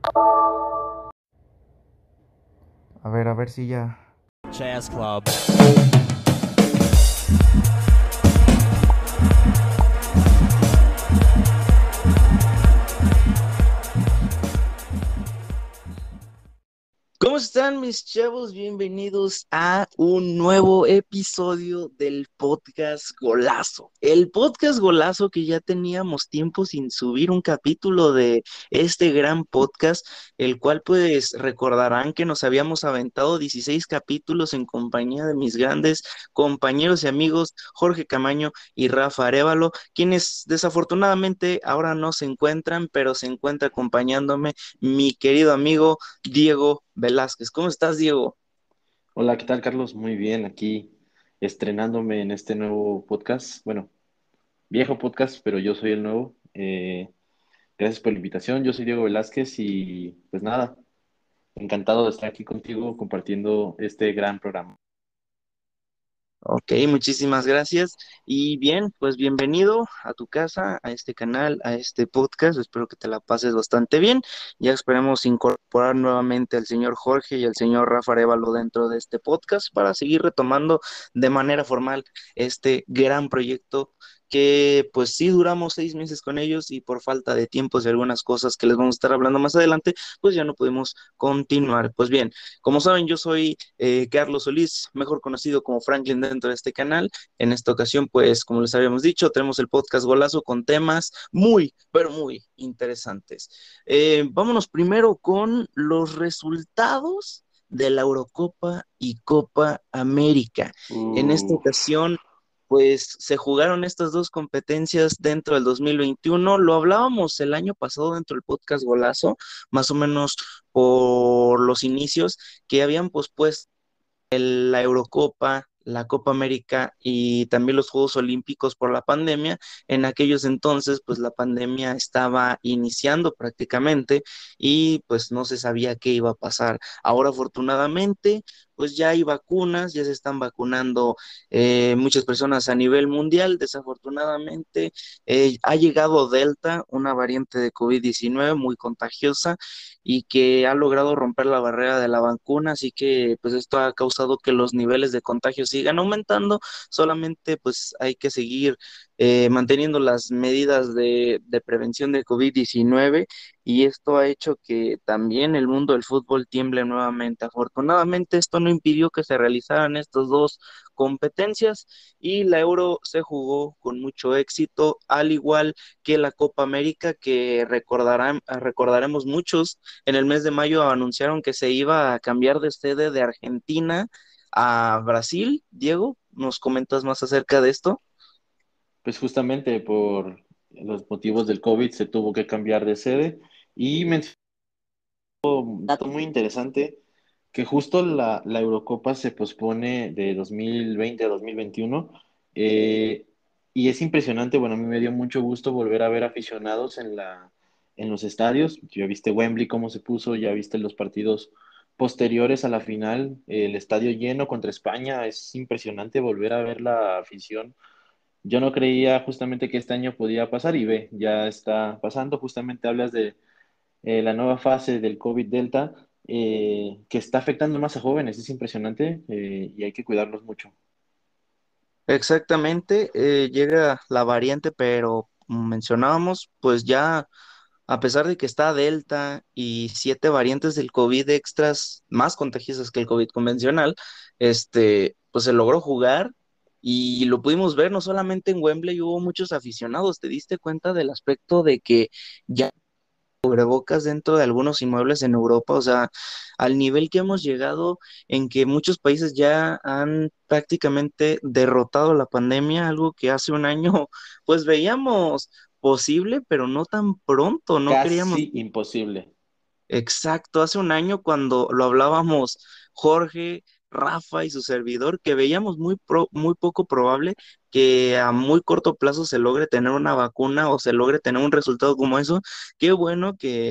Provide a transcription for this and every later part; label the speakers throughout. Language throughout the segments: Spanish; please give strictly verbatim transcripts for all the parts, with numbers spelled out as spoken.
Speaker 1: A ver, a ver si ya.
Speaker 2: Jazz Club.
Speaker 1: ¿Cómo están mis chavos? Bienvenidos a un nuevo episodio del podcast Golazo. El podcast Golazo que ya teníamos tiempo sin subir un capítulo de este gran podcast, el cual pues recordarán que nos habíamos aventado dieciséis capítulos en compañía de mis grandes compañeros y amigos Jorge Camaño y Rafa Arévalo, quienes desafortunadamente ahora no se encuentran, pero se encuentra acompañándome mi querido amigo Diego Velázquez. ¿Cómo estás, Diego?
Speaker 3: Hola, ¿qué tal, Carlos? Muy bien, aquí estrenándome en este nuevo podcast. Bueno, viejo podcast, pero yo soy el nuevo. Eh, gracias por la invitación. Yo soy Diego Velázquez y pues nada, encantado de estar aquí contigo compartiendo este gran programa.
Speaker 1: Ok, muchísimas gracias. Y bien, pues bienvenido a tu casa, a este canal, a este podcast. Espero que te la pases bastante bien. Ya esperemos incorporar nuevamente al señor Jorge y al señor Rafa Arévalo dentro de este podcast para seguir retomando de manera formal este gran proyecto que pues sí duramos seis meses con ellos y por falta de tiempos y algunas cosas que les vamos a estar hablando más adelante, pues ya no pudimos continuar. Pues bien. Como saben, yo soy eh, Carlos Solís, mejor conocido como Franklin dentro de este canal. En esta ocasión, pues, como les habíamos dicho, tenemos el podcast Golazo con temas muy, pero muy interesantes. Eh, vámonos primero con los resultados de la Eurocopa y Copa América. En esta
Speaker 3: Uh,
Speaker 1: ocasión, pues se jugaron estas dos competencias dentro del dos mil veintiuno. Lo hablábamos el año pasado dentro del podcast Golazo, más o menos por los inicios que habían pospuesto el- la Eurocopa, la Copa América y también los Juegos Olímpicos por la pandemia. En aquellos entonces, pues la pandemia estaba iniciando prácticamente y pues no se sabía qué iba a pasar. Ahora, afortunadamente, pues ya hay vacunas, ya se están vacunando eh, muchas personas a nivel mundial. Desafortunadamente, eh, ha llegado Delta, una variante de covid diecinueve muy contagiosa y que ha logrado romper la barrera de la vacuna, así que pues esto ha causado que los niveles de contagio sigan aumentando. Solamente pues hay que seguir eh, manteniendo las medidas de, de prevención de covid diecinueve y esto ha hecho que también el mundo del fútbol tiemble nuevamente. Afortunadamente esto no impidió que se realizaran estas dos competencias y la Euro se jugó con mucho éxito, al igual que la Copa América, que recordarán, recordaremos muchos en el mes de mayo anunciaron que se iba a cambiar de sede de Argentina a Brasil. Diego, ¿nos comentas más acerca de esto?
Speaker 3: pues justamente por los motivos del COVID se tuvo que cambiar de sede y mencionó un dato muy interesante que justo la, la Eurocopa se pospone de dos mil veinte a dos mil veintiuno. eh, y es impresionante, bueno, a mí me dio mucho gusto volver a ver aficionados en la, en los estadios. Ya viste Wembley cómo se puso, ya viste los partidos posteriores a la final, el estadio lleno contra España, es impresionante volver a ver la afición. Yo no creía justamente que este año podía pasar y ve, ya está pasando. Justamente hablas de eh, la nueva fase del COVID Delta, eh, que está afectando más a jóvenes, es impresionante, eh, y hay que cuidarlos mucho.
Speaker 1: Exactamente, eh, llega la variante, pero como mencionábamos, pues ya a pesar de que está Delta y siete variantes del COVID extras más contagiosas que el COVID convencional, este, pues se logró jugar y lo pudimos ver no solamente en Wembley, hubo muchos aficionados. ¿Te diste cuenta del aspecto de que ya cubrebocas dentro de algunos inmuebles en Europa? O sea, al nivel que hemos llegado en que muchos países ya han prácticamente derrotado la pandemia, algo que hace un año pues veíamos posible, pero no tan pronto, no queríamos.
Speaker 3: Casi imposible.
Speaker 1: Exacto, hace un año cuando lo hablábamos Jorge, Rafa y su servidor, que veíamos muy, pro- muy poco probable que a muy corto plazo se logre tener una vacuna o se logre tener un resultado como eso. Qué bueno que,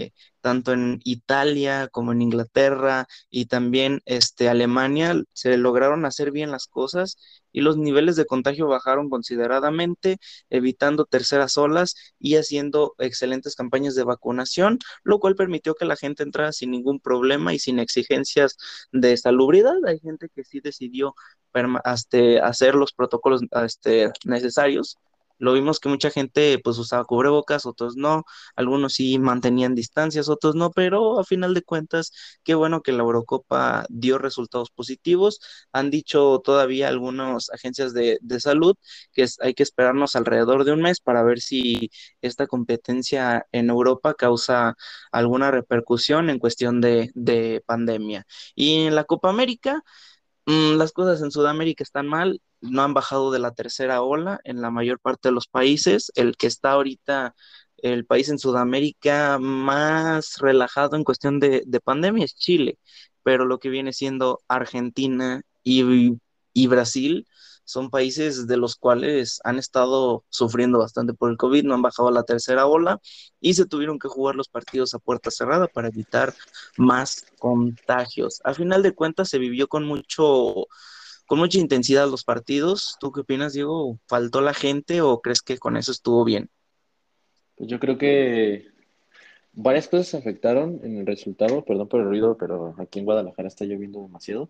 Speaker 1: tanto en Italia como en Inglaterra y también este, Alemania, se lograron hacer bien las cosas y los niveles de contagio bajaron consideradamente, evitando terceras olas y haciendo excelentes campañas de vacunación, lo cual permitió que la gente entrara sin ningún problema y sin exigencias de salubridad. Hay gente que sí decidió perma- este, hacer los protocolos este, necesarios. Lo vimos que mucha gente pues usaba cubrebocas, otros no, algunos sí mantenían distancias, otros no, pero a final de cuentas, qué bueno que la Eurocopa dio resultados positivos. Han dicho todavía algunas agencias de, de salud que es- hay que esperarnos alrededor de un mes para ver si esta competencia en Europa causa alguna repercusión en cuestión de, de pandemia. Y en la Copa América, Mm, las cosas en Sudamérica están mal, no han bajado de la tercera ola en la mayor parte de los países. El que está ahorita, el país en Sudamérica más relajado en cuestión de, de pandemia es Chile, pero lo que viene siendo Argentina y, y Brasil son países de los cuales han estado sufriendo bastante por el COVID, no han bajado a la tercera ola y se tuvieron que jugar los partidos a puerta cerrada para evitar más contagios. A final de cuentas se vivió con mucho, con mucha intensidad los partidos. ¿Tú qué opinas, Diego? ¿Faltó la gente o crees que con eso estuvo bien?
Speaker 3: Pues yo creo que varias cosas afectaron en el resultado, perdón por el ruido, pero aquí en Guadalajara está lloviendo demasiado.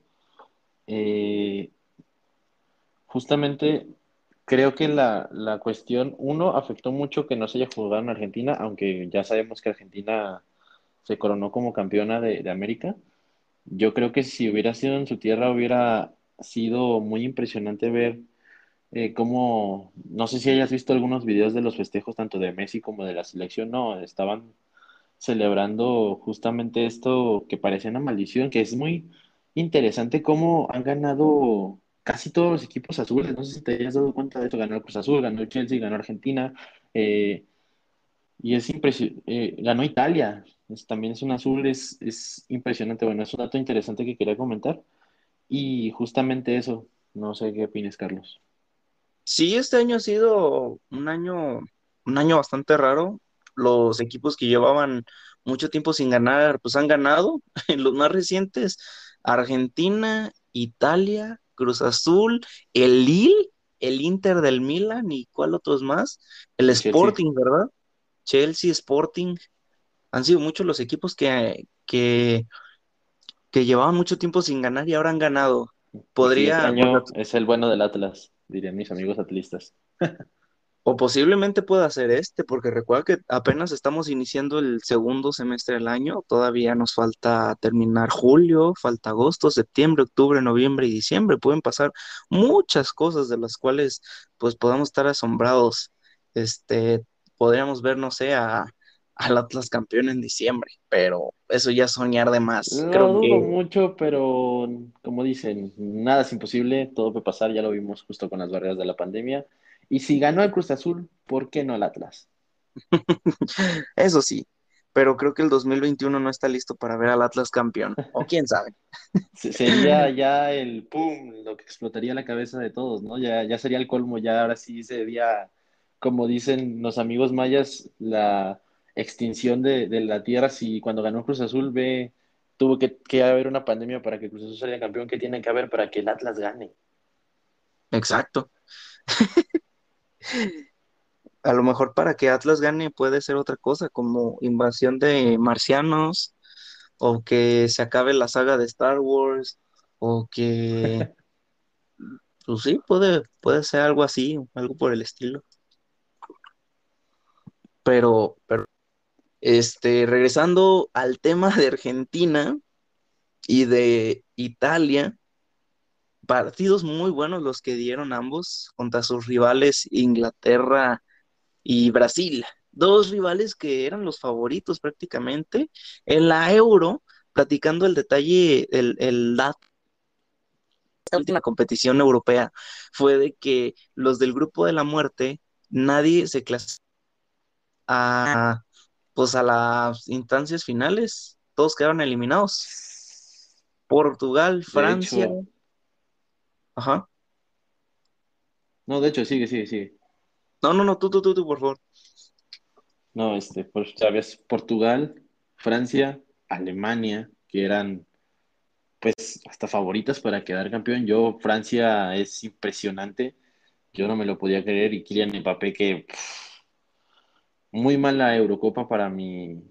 Speaker 3: Eh, Justamente creo que la, la cuestión, uno, afectó mucho que no se haya jugado en Argentina, aunque ya sabemos que Argentina se coronó como campeona de, de América. Yo creo que si hubiera sido en su tierra hubiera sido muy impresionante ver eh, cómo, no sé si hayas visto algunos videos de los festejos tanto de Messi como de la selección, no, estaban celebrando justamente esto que parecía una maldición, que es muy interesante cómo han ganado casi todos los equipos azules. No sé si te hayas dado cuenta de esto. Ganó el Cruz Azul, ganó el Chelsea, ganó Argentina, eh, y es impresionante. Ganó Italia, es- también es un azul, es, es impresionante. Bueno, es un dato interesante que quería comentar. Y justamente eso, no sé qué opinas, Carlos.
Speaker 1: Sí, este año ha sido un año, un año bastante raro. Los equipos que llevaban mucho tiempo sin ganar, pues han ganado. En los más recientes, Argentina, Italia, Cruz Azul, el Lille, el Inter del Milan y cuál otros más, el
Speaker 3: El Chelsea.
Speaker 1: Sporting, ¿verdad? Chelsea, Sporting. Han sido muchos los equipos que, que, que llevaban mucho tiempo sin ganar y ahora han ganado.
Speaker 3: El siguiente
Speaker 1: Podría, pues,
Speaker 3: año es el bueno del Atlas, dirían mis amigos atlistas.
Speaker 1: o posiblemente pueda ser este, porque recuerda que apenas estamos iniciando el segundo semestre del año, todavía nos falta terminar julio, falta agosto, septiembre, octubre, noviembre y diciembre. Pueden pasar muchas cosas de las cuales pues podamos estar asombrados. Este, podríamos ver, no sé, a, al Atlas campeón en diciembre, pero eso ya es soñar de más.
Speaker 3: Lo
Speaker 1: Creo
Speaker 3: dudo
Speaker 1: que
Speaker 3: mucho, pero como dicen, nada es imposible, todo puede pasar, ya lo vimos justo con las barreras de la pandemia. Y si ganó el Cruz Azul, ¿por qué no el Atlas?
Speaker 1: eso sí, pero creo que el dos mil veintiuno no está listo para ver al Atlas campeón, o quién sabe.
Speaker 3: Se- Sería ya el pum, lo que explotaría la cabeza de todos, ¿no? Ya, ya sería el colmo, ya ahora sí sería, como dicen los amigos mayas, la extinción de, de la Tierra. Si cuando ganó Cruz Azul ve, tuvo que, que haber una pandemia para que Cruz Azul saliera campeón, ¿qué tiene que haber para que el Atlas gane?
Speaker 1: Exacto. A lo mejor para que Atlas gane puede ser otra cosa, como invasión de marcianos, o que se acabe la saga de Star Wars, o que, pues sí, puede, puede ser algo así, algo por el estilo. Pero, pero, este, regresando al tema de Argentina y de Italia, partidos muy buenos los que dieron ambos contra sus rivales Inglaterra y Brasil, dos rivales que eran los favoritos prácticamente. En la Euro, platicando el detalle, el, el dato de esta última competición europea fue de que los del grupo de la muerte, nadie se clasificó a, pues a las instancias finales, todos quedaron eliminados. Portugal,
Speaker 3: De
Speaker 1: Francia,
Speaker 3: hecho,
Speaker 1: ajá.
Speaker 3: no, de hecho, sigue, sigue, sigue.
Speaker 1: No, no, no, tú, tú, tú, tú, por favor.
Speaker 3: No, este, pues, sabes, Portugal, Francia, Alemania, que eran pues hasta favoritas para quedar campeón. Yo, Francia es impresionante, yo no me lo podía creer y Kylian Mbappé que pff, muy mala Eurocopa para mí,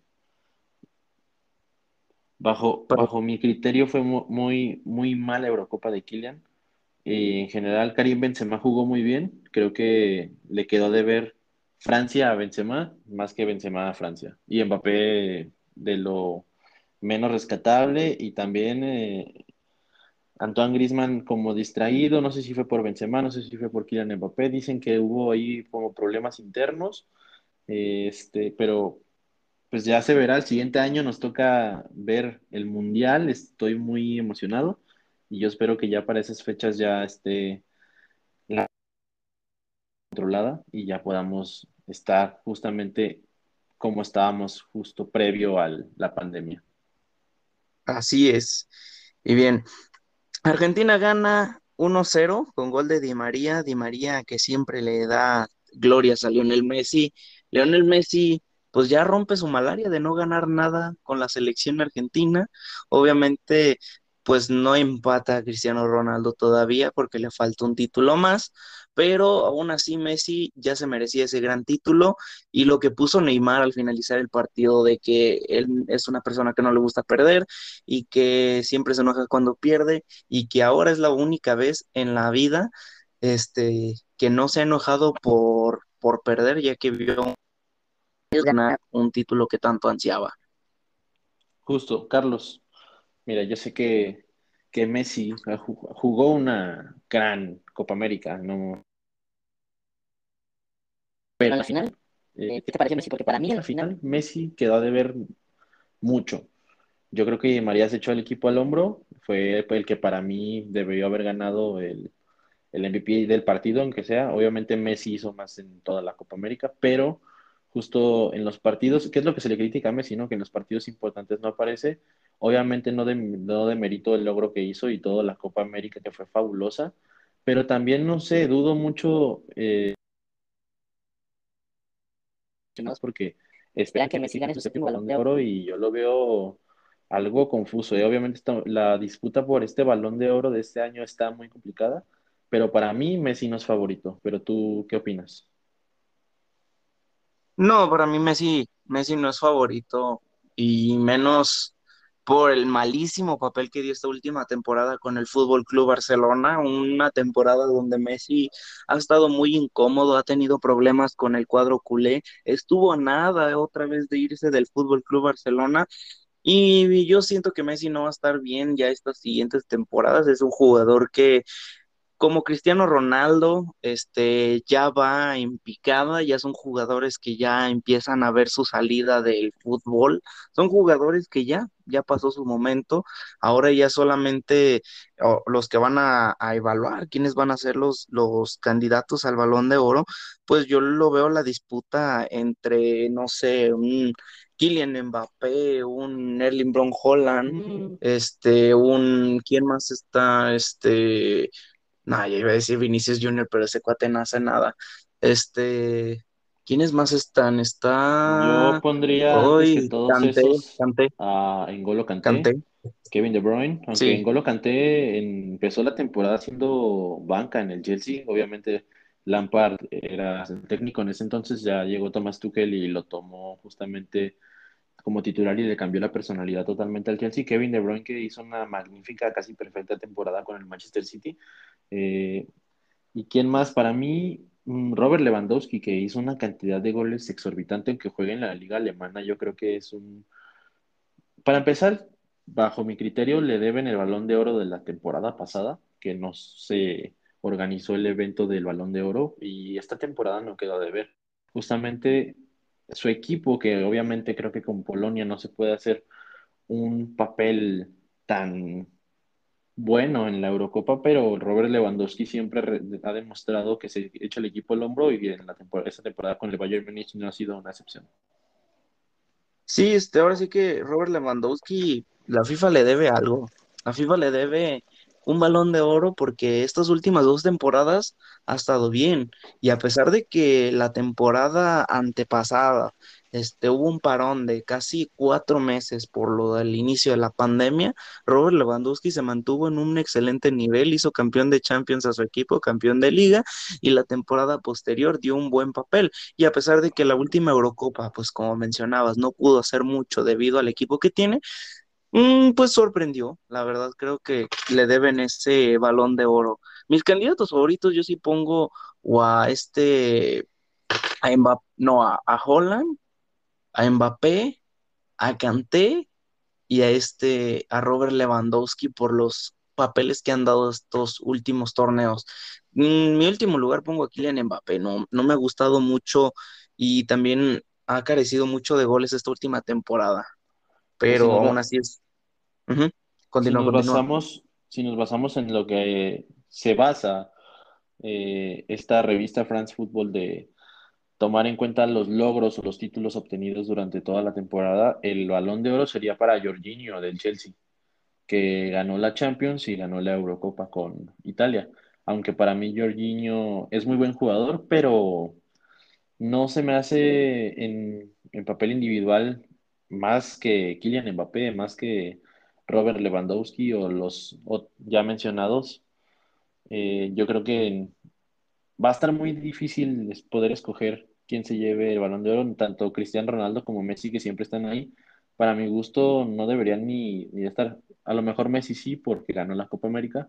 Speaker 3: bajo,
Speaker 1: Pero
Speaker 3: bajo mi criterio fue mu- muy, muy mala Eurocopa de Kylian. Y en general Karim Benzema jugó muy bien, creo que le quedó de ver Francia a Benzema más que Benzema a Francia. Y Mbappé de lo menos rescatable y también eh, Antoine Griezmann como distraído, no sé si fue por Benzema, no sé si fue por Kylian Mbappé, dicen que hubo ahí como problemas internos, eh, este, pero pues ya se verá, el siguiente año nos toca ver el Mundial, estoy muy emocionado y yo espero que ya para esas fechas ya esté la controlada y ya podamos estar justamente como estábamos justo previo a la pandemia.
Speaker 1: así es. Y bien, Argentina gana uno cero con gol de Di María. Di María que siempre le da glorias a Lionel Messi. Lionel Messi pues ya rompe su malaria de no ganar nada con la selección argentina. Obviamente pues no empata a Cristiano Ronaldo todavía porque le falta un título más, pero aún así Messi ya se merecía ese gran título y lo que puso Neymar al finalizar el partido de que él es una persona que no le gusta perder y que siempre se enoja cuando pierde y que ahora es la única vez en la vida este, que no se ha enojado por, por perder, ya que vio ganar un título que tanto ansiaba.
Speaker 3: Justo, Carlos, mira, yo sé que, que Messi ju- jugó una gran Copa América, ¿no? Pero en la final, eh, ¿qué te pareció Messi? Porque para mí en la final Messi quedó a deber mucho. Yo creo que María se echó el equipo al hombro, fue el que para mí debió haber ganado el, el M V P del partido, aunque sea. Obviamente Messi hizo más en toda la Copa América, pero justo en los partidos, ¿qué es lo que se le critica a Messi, no? Que en los partidos importantes no aparece. Obviamente no de, no de mérito el logro que hizo y toda la Copa América que fue fabulosa, pero también, no sé, dudo mucho eh, más porque esperan que Messi gane su séptimo balón de oro y yo lo veo algo confuso. Y obviamente esta- la disputa por este balón de oro de este año está muy complicada, pero para mí Messi no es favorito. ¿Pero tú qué opinas?
Speaker 1: No, para mí Messi, Messi no es favorito y menos por el malísimo papel que dio esta última temporada con el Fútbol Club Barcelona, una temporada donde Messi ha estado muy incómodo, ha tenido problemas con el cuadro culé, estuvo a nada otra vez de irse del Fútbol Club Barcelona. Y yo siento que Messi no va a estar bien ya estas siguientes temporadas. Es un jugador que como Cristiano Ronaldo, este, ya va en picada, ya son jugadores que ya empiezan a ver su salida del fútbol, son jugadores que ya, ya pasó su momento, ahora ya solamente oh, los que van a, a evaluar quiénes van a ser los, los candidatos al Balón de Oro, pues yo lo veo la disputa entre, no sé, un Kylian Mbappé, un Erling Braut Haaland,
Speaker 3: Mm.
Speaker 1: este, un, ¿quién más está? Este no, ya iba a decir Vinicius Junior, pero ese cuate no hace nada. Este, ¿quiénes más están?
Speaker 3: Yo
Speaker 1: Está
Speaker 3: pondría antes que
Speaker 1: hoy
Speaker 3: todos
Speaker 1: Canté,
Speaker 3: esos
Speaker 1: Canté,
Speaker 3: a N'Golo Kanté,
Speaker 1: Canté.
Speaker 3: Kevin De Bruyne, aunque
Speaker 1: Sí,
Speaker 3: N'Golo Kanté en- empezó la temporada siendo banca en el Chelsea, obviamente Lampard era el técnico en ese entonces, ya llegó Thomas Tuchel y lo tomó justamente como titular y le cambió la personalidad totalmente al Chelsea. Kevin De Bruyne que hizo una magnífica, casi perfecta temporada con el Manchester City. Eh, ¿Y quién más? Para mí, mm, Robert Lewandowski, que hizo una cantidad de goles exorbitante, aunque juegue en la liga alemana, yo creo que es un... Para empezar, bajo mi criterio, le deben el Balón de Oro de la temporada pasada, que no se organizó el evento del Balón de Oro y esta temporada no quedó de ver. Justamente su equipo, que obviamente creo que con Polonia no se puede hacer un papel tan bueno en la Eurocopa, pero Robert Lewandowski siempre re- ha demostrado que se echa el equipo al hombro y en la temporada, esta temporada con el Bayern Múnich no ha sido una excepción.
Speaker 1: sí, este, ahora sí que Robert Lewandowski, la FIFA le debe algo. La FIFA le debe un Balón de Oro porque estas últimas dos temporadas ha estado bien. Y a pesar de que la temporada antepasada este, hubo un parón de casi cuatro meses por lo del inicio de la pandemia, Robert Lewandowski se mantuvo en un excelente nivel, hizo campeón de Champions a su equipo, campeón de Liga, y la temporada posterior dio un buen papel. Y a pesar de que la última Eurocopa, pues como mencionabas, no pudo hacer mucho debido al equipo que tiene, mm, pues sorprendió. La verdad, creo que le deben ese Balón de Oro. Mis candidatos favoritos, yo sí pongo o a este, a Mbappé, no, a, a Haaland, a Mbappé, a Kanté y a este, a Robert Lewandowski por los papeles que han dado estos últimos torneos. En mi último lugar pongo a Kylian Mbappé, no, no me ha gustado mucho y también ha carecido mucho de goles esta última temporada,
Speaker 3: Pues si
Speaker 1: pero
Speaker 3: nos
Speaker 1: aún
Speaker 3: va-
Speaker 1: así es. Ujú.
Speaker 3: si
Speaker 1: Continúa,
Speaker 3: nos
Speaker 1: continúa.
Speaker 3: basamos, si nos basamos en lo que se basa eh, esta revista France Football de tomar en cuenta los logros o los títulos obtenidos durante toda la temporada, el Balón de Oro sería para Jorginho del Chelsea, que ganó la Champions y ganó la Eurocopa con Italia. Aunque para mí Jorginho es muy buen jugador, pero no se me hace en, en papel individual más que Kylian Mbappé, más que Robert Lewandowski o los o- ya mencionados. Eh, yo creo que va a estar muy difícil es- poder escoger quién se lleve el Balón de Oro, tanto Cristiano Ronaldo como Messi, que siempre están ahí. Para mi gusto, no deberían ni, ni estar. A lo mejor Messi sí, porque ganó la Copa América,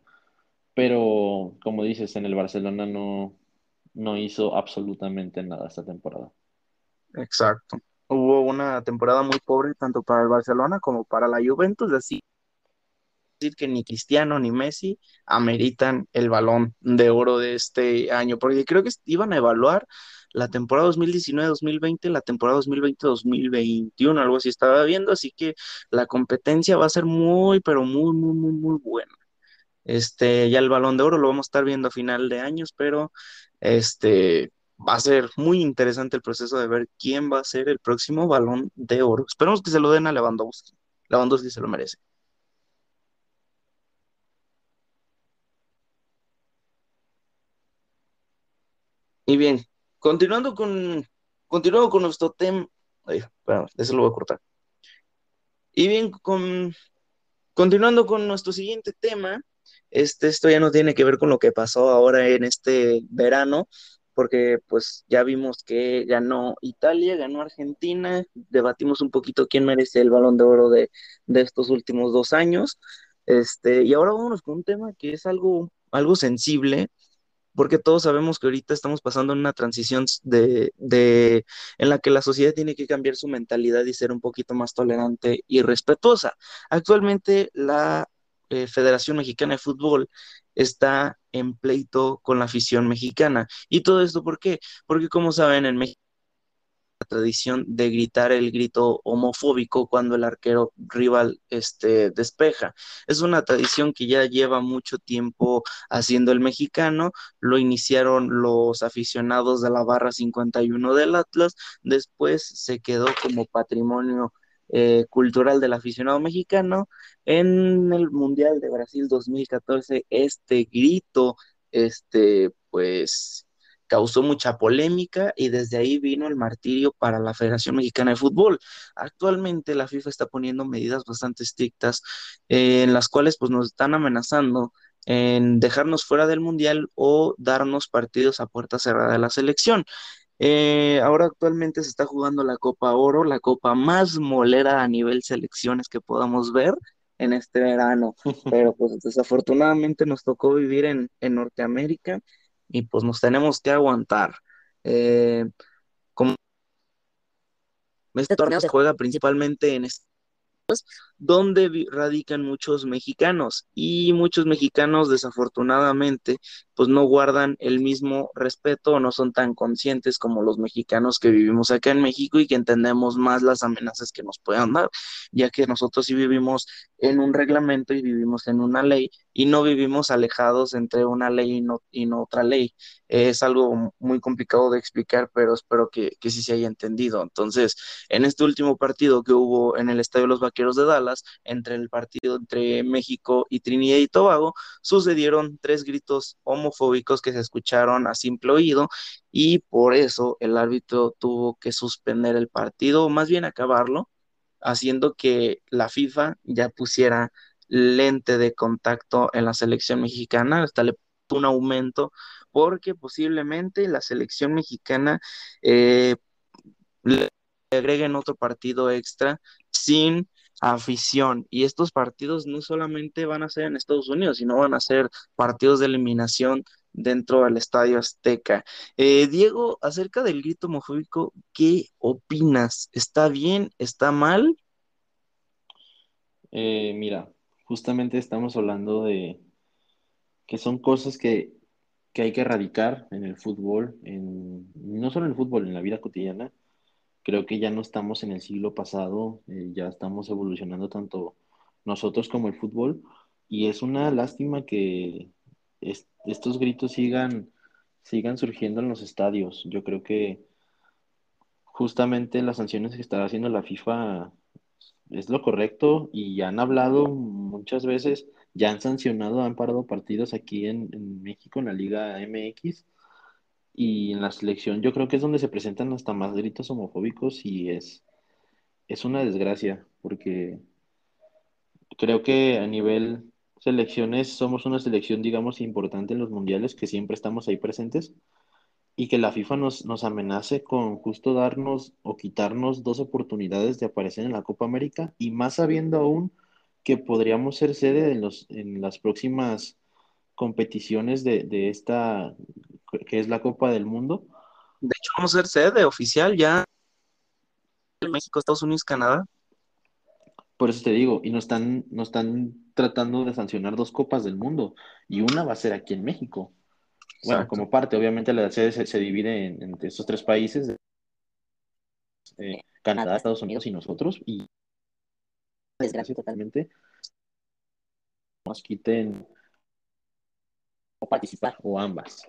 Speaker 3: pero como dices, en el Barcelona no, no hizo absolutamente nada esta temporada.
Speaker 1: Exacto. Hubo una temporada muy pobre tanto para el Barcelona como para la Juventus, así decir que ni Cristiano ni Messi ameritan el Balón de Oro de este año, porque creo que iban a evaluar la temporada dos mil diecinueve-dos mil veinte, la temporada dos mil veinte-dos mil veintiuno, algo así estaba viendo, así que la competencia va a ser muy, pero muy, muy, muy, muy buena. Este, ya el Balón de Oro lo vamos a estar viendo a final de años, pero este va a ser muy interesante el proceso de ver quién va a ser el próximo Balón de Oro. Esperemos que se lo den a Lewandowski. Lewandowski se lo merece. Y bien, continuando con, continuando con nuestro tema, ay, espérame, eso lo voy a cortar. Y bien, con, continuando con nuestro siguiente tema, este, esto ya no tiene que ver con lo que pasó ahora en este verano, porque pues ya vimos que ganó Italia, ganó Argentina, debatimos un poquito quién merece el Balón de Oro de, de estos últimos dos años, este, y ahora vámonos con un tema que es algo, algo sensible, porque todos sabemos que ahorita estamos pasando en una transición de, de, en la que la sociedad tiene que cambiar su mentalidad y ser un poquito más tolerante y respetuosa. Actualmente la eh, Federación Mexicana de Fútbol está en pleito con la afición mexicana. ¿Y todo esto por qué? Porque como saben, en México tradición de gritar el grito homofóbico cuando el arquero rival este, despeja. Es una tradición que ya lleva mucho tiempo haciendo el mexicano, lo iniciaron los aficionados de la barra cincuenta y uno del Atlas, después se quedó como patrimonio eh, cultural del aficionado mexicano. En el Mundial de Brasil dos mil catorce, este grito, este, pues causó mucha polémica y desde ahí vino el martirio para la Federación Mexicana de Fútbol. Actualmente la FIFA está poniendo medidas bastante estrictas eh, en las cuales pues nos están amenazando en dejarnos fuera del mundial o darnos partidos a puerta cerrada de la selección. Eh, ahora actualmente se está jugando la Copa Oro, la copa más molera a nivel selecciones que podamos ver en este verano, pero pues desafortunadamente nos tocó vivir en, en Norteamérica y pues nos tenemos que aguantar. Eh, como este torneo se juega principalmente en donde vi- radican muchos mexicanos y muchos mexicanos desafortunadamente pues no guardan el mismo respeto o no son tan conscientes como los mexicanos que vivimos acá en México y que entendemos más las amenazas que nos puedan dar, ya que nosotros sí vivimos en un reglamento y vivimos en una ley y no vivimos alejados entre una ley y no, y no otra ley. es algo muy complicado de explicar, pero espero que, que sí se haya entendido. Entonces, en este último partido que hubo en el Estadio de los Vaqueros de Dallas, entre el partido entre México y Trinidad y Tobago, sucedieron tres gritos homofóbicos que se escucharon a simple oído y por eso el árbitro tuvo que suspender el partido, o más bien acabarlo, haciendo que la FIFA ya pusiera lente de contacto en la selección mexicana, hasta le puso un aumento, porque posiblemente la selección mexicana eh, le agreguen otro partido extra sin afición. Y estos partidos no solamente van a ser en Estados Unidos, sino van a ser partidos de eliminación dentro del Estadio Azteca. Eh, Diego, acerca del grito homofóbico, ¿qué opinas? ¿Está bien? ¿Está mal?
Speaker 3: Eh, mira, justamente estamos hablando de que son cosas que, que hay que erradicar en el fútbol, en, no solo en el fútbol, en la vida cotidiana. Creo que ya no estamos en el siglo pasado, eh, ya estamos evolucionando tanto nosotros como el fútbol, y es una lástima que es- estos gritos sigan, sigan surgiendo en los estadios. Yo creo que justamente las sanciones que está haciendo la FIFA es lo correcto y ya han hablado muchas veces, ya han sancionado, han parado partidos aquí en, en México, en la Liga M X y en la selección. Yo creo que es donde se presentan hasta más gritos homofóbicos y es, es una desgracia porque creo que a nivel selecciones somos una selección, digamos, importante en los mundiales, que siempre estamos ahí presentes y que la FIFA nos, nos amenace con justo darnos o quitarnos dos oportunidades de aparecer en la Copa América y más sabiendo aún que podríamos ser sede en los, en las próximas competiciones de, de esta, que es la Copa del Mundo.
Speaker 1: De hecho, vamos a ser sede oficial ya en México, Estados Unidos, Canadá.
Speaker 3: Por eso te digo, y nos están, nos están tratando de sancionar dos Copas del Mundo y una va a ser aquí en México. Bueno,
Speaker 1: Exacto.
Speaker 3: como parte, obviamente la sede se, se divide en, entre estos tres países, eh, Canadá, Estados Unidos y nosotros, y desgracia totalmente nos quiten o participar o ambas.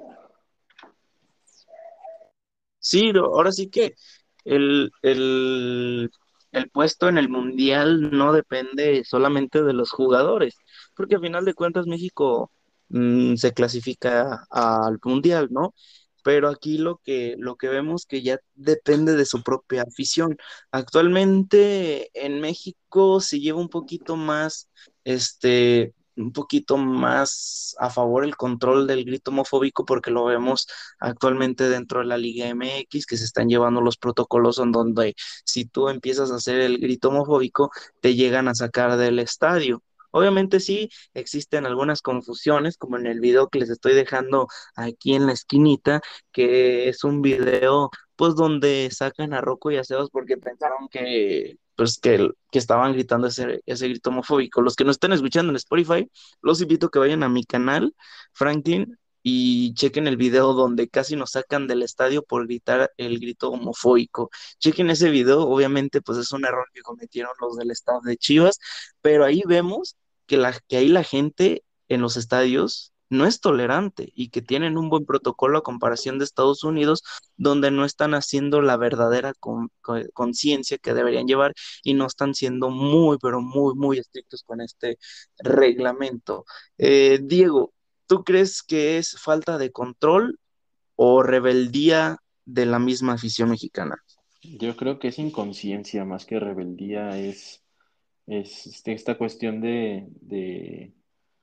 Speaker 1: Sí, lo- ahora sí que el, el, el puesto en el mundial no depende solamente de los jugadores, porque al final de cuentas México mm, se clasifica al mundial, ¿no? Pero aquí lo que, lo que vemos que ya depende de su propia afición. Actualmente en México se lleva un poquito más, este, un poquito más a favor el control del grito homofóbico porque lo vemos actualmente dentro de la Liga M X, que se están llevando los protocolos en donde si tú empiezas a hacer el grito homofóbico, te llegan a sacar del estadio. Obviamente sí, existen algunas confusiones, como en el video que les estoy dejando aquí en la esquinita, que es un video pues donde sacan a Rocco y a Sebas porque pensaron que pues que, que estaban gritando ese, ese grito homofóbico. Los que nos están escuchando en Spotify, los invito a que vayan a mi canal, Franklin, y chequen el video donde casi nos sacan del estadio por gritar el grito homofóbico. Chequen ese video, obviamente pues es un error que cometieron los del staff de Chivas, pero ahí vemos que, la, que ahí la gente en los estadios no es tolerante y que tienen un buen protocolo a comparación de Estados Unidos, donde no están haciendo la verdadera con- con- conciencia que deberían llevar y no están siendo muy, pero muy, muy estrictos con este reglamento. Eh, Diego, ¿tú crees que es falta de control o rebeldía de la misma afición mexicana?
Speaker 3: Yo creo que es inconsciencia más que rebeldía, es, es este- esta cuestión de, de,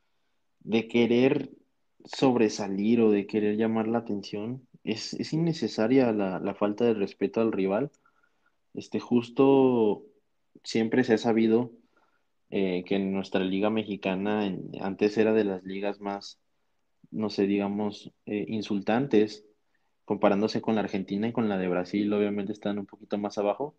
Speaker 3: de querer sobresalir o de querer llamar la atención. Es, es innecesaria la, la falta de respeto al rival. Este, justo siempre se ha sabido eh, que en nuestra liga mexicana en- antes era de las ligas más, no sé, digamos, eh, insultantes, comparándose con la Argentina y con la de Brasil, obviamente están un poquito más abajo,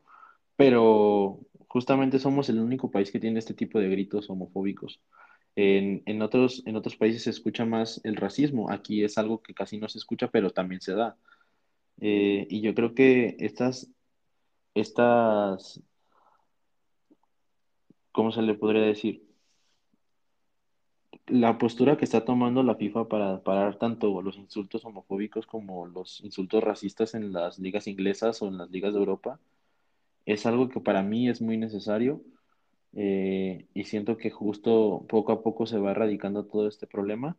Speaker 3: pero justamente somos el único país que tiene este tipo de gritos homofóbicos. En, en otros, en otros países se escucha más el racismo, aquí es algo que casi no se escucha, pero también se da. Eh, y yo creo que estas, estas, ¿cómo se le podría decir? la postura que está tomando la FIFA para parar tanto los insultos homofóbicos como los insultos racistas en las ligas inglesas o en las ligas de Europa es algo que para mí es muy necesario, eh, y siento que justo poco a poco se va erradicando todo este problema.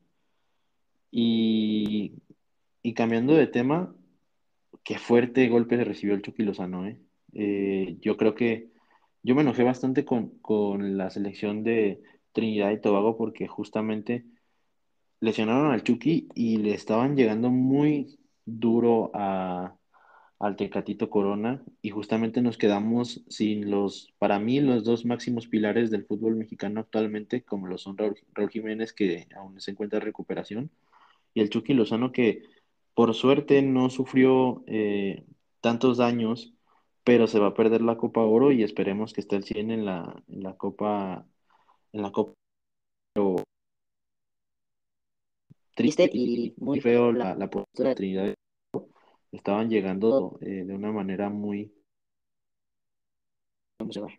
Speaker 3: Y, y cambiando de tema, qué fuerte golpe recibió el Chucky Lozano, ¿eh? Eh, yo creo que yo me enojé bastante con, con la selección de Trinidad y Tobago porque justamente lesionaron al Chucky y le estaban llegando muy duro a, al Tecatito Corona y justamente nos quedamos sin los, para mí, los dos máximos pilares del fútbol mexicano actualmente, como lo son Raúl, Raúl Jiménez, que aún se encuentra en recuperación, y el Chucky Lozano, que por suerte no sufrió eh, tantos daños, pero se va a perder la Copa Oro y esperemos que esté al cien en la, en la Copa, en la Copa. Triste y muy feo la, la postura de Trinidad. Estaban llegando eh, de una manera muy... Vamos a ver.